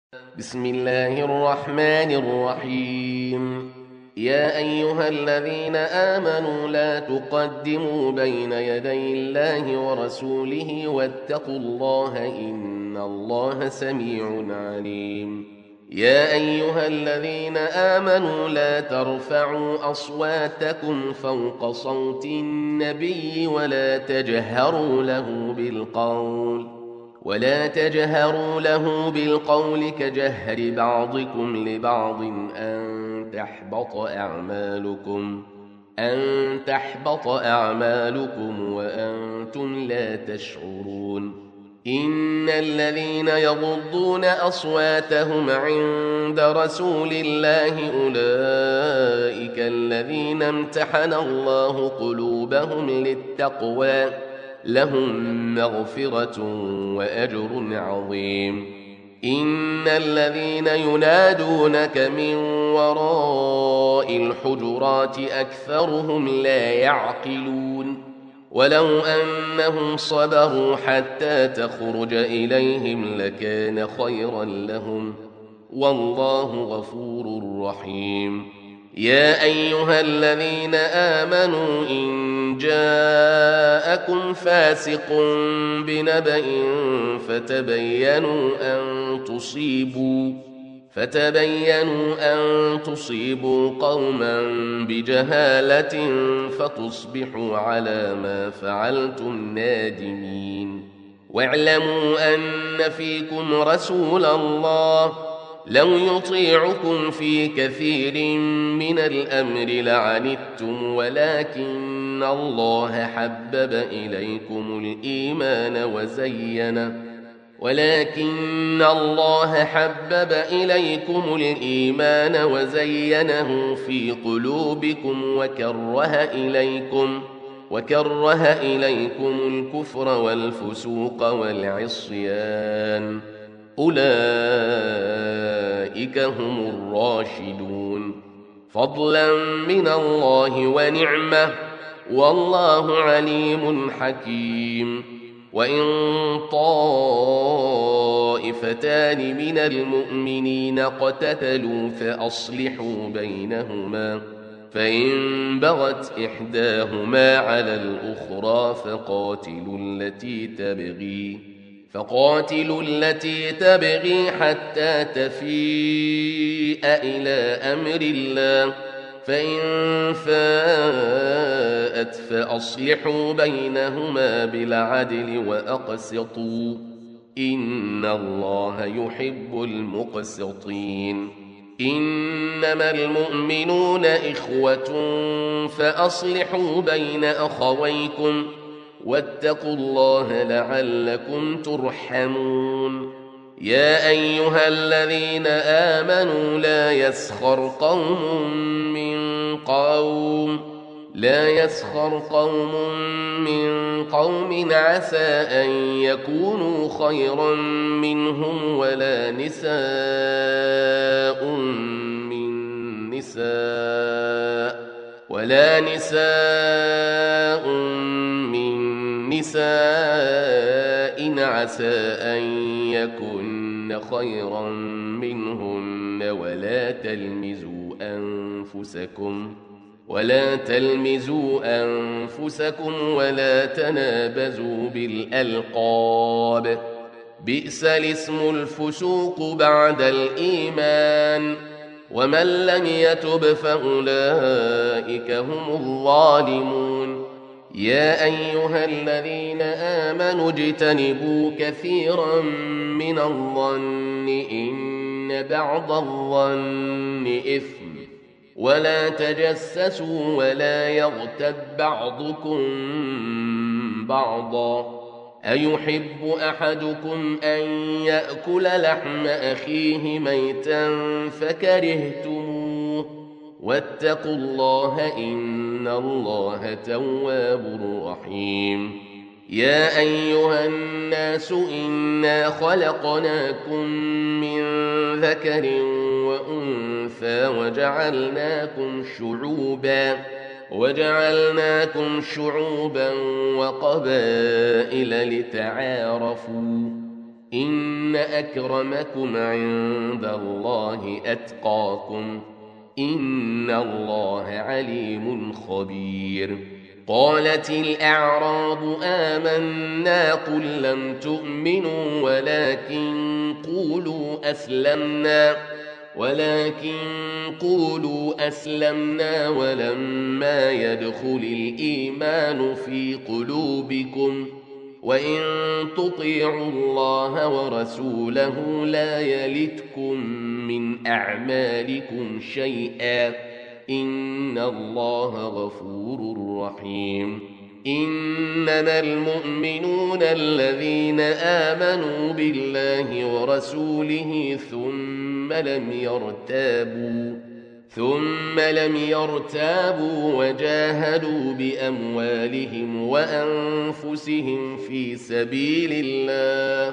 بسم الله الرحمن الرحيم. يا أيها الذين آمنوا لا تقدموا بين يدي الله ورسوله واتقوا الله إن الله سميع عليم. يا أيها الذين آمنوا لا ترفعوا أصواتكم فوق صوت النبي ولا تجهروا له بالقول كجهر بعضكم لبعض أن تحبط أعمالكم وأنتم لا تشعرون. إن الذين يغضون أصواتهم عند رسول الله أولئك الذين امتحن الله قلوبهم للتقوى لهم مغفرة وأجر عظيم. إن الذين ينادونك من وراء الحجرات أكثرهم لا يعقلون. ولو أنهم صبروا حتى تخرج إليهم لكان خيرا لهم والله غفور رحيم. يا أيها الذين آمنوا إن جاءكم فاسق بنبأ فتبينوا أن تصيبوا قوما بجهالة فتصبحوا على ما فعلتم نادمين. واعلموا أن فيكم رسول الله لو يطيعكم في كثير من الأمر لعنتم ولكن الله حبب إليكم الإيمان وزينه في قلوبكم وكره إليكم الكفر والفسوق والعصيان أولئك هم الراشدون فضلا من الله ونعمة والله عليم حكيم. وإن طائفتان من المؤمنين اقتتلوا فأصلحوا بينهما فإن بغت إحداهما على الأخرى فقاتلوا التي تبغي حتى تفيء إلى أمر الله فإن فاءت فأصلحوا بينهما بالعدل وأقسطوا إن الله يحب المقسطين. إنما المؤمنون إخوة فأصلحوا بين أخويكم واتقوا الله لعلكم ترحمون. يا أيها الذين آمنوا لا يسخر قوم من قوم عسى أن يكونوا خيرا منهم ولا نساء من نساء عسى أن يكن خيرا منهن ولا تلمزوا أنفسكم ولا تنابزوا بالألقاب بئس الاسم الفسوق بعد الإيمان ومن لم يتب فأولئك هم الظالمون. يا أيها الذين آمنوا اجتنبوا كثيرا من الظن إن بعض الظن إثم ولا تجسسوا ولا يغتب بعضكم بعضا أيحب أحدكم أن يأكل لحم أخيه ميتا فكرهتموه واتقوا الله إن الله تواب رحيم. يا أيها الناس إنا خلقناكم من ذكر وأنثى وجعلناكم شعوبا وقبائل لتعارفوا إن إن أكرمكم عند الله أتقاكم إن الله عليم خبير. قالت الأعراب آمنا قل لم تؤمنوا ولكن قولوا أسلمنا ولما يدخل الإيمان في قلوبكم وإن تطيعوا الله ورسوله لا يلتكم من أعمالكم شيئا إن الله غفور رحيم. إنما المؤمنون الذين آمنوا بالله ورسوله ثم لم يرتابوا وجاهدوا بأموالهم وأنفسهم في سبيل الله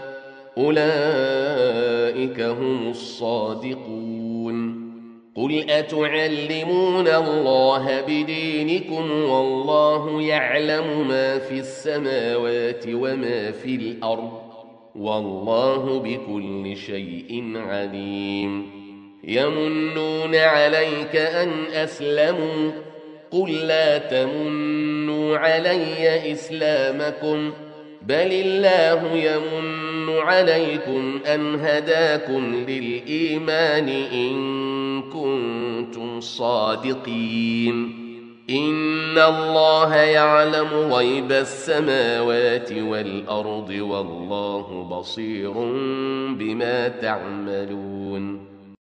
أولئك هم الصادقون. قل أتعلمون الله بدينكم والله يعلم ما في السماوات وما في الأرض والله بكل شيء عليم. يمنون عليك أن أسلموا قل لا تمنوا علي إسلامكم بل الله يمن عليكم أن هداكم للإيمان إن كنتم صادقين. إن الله يعلم غيب السماوات والأرض والله بصير بما تعملون.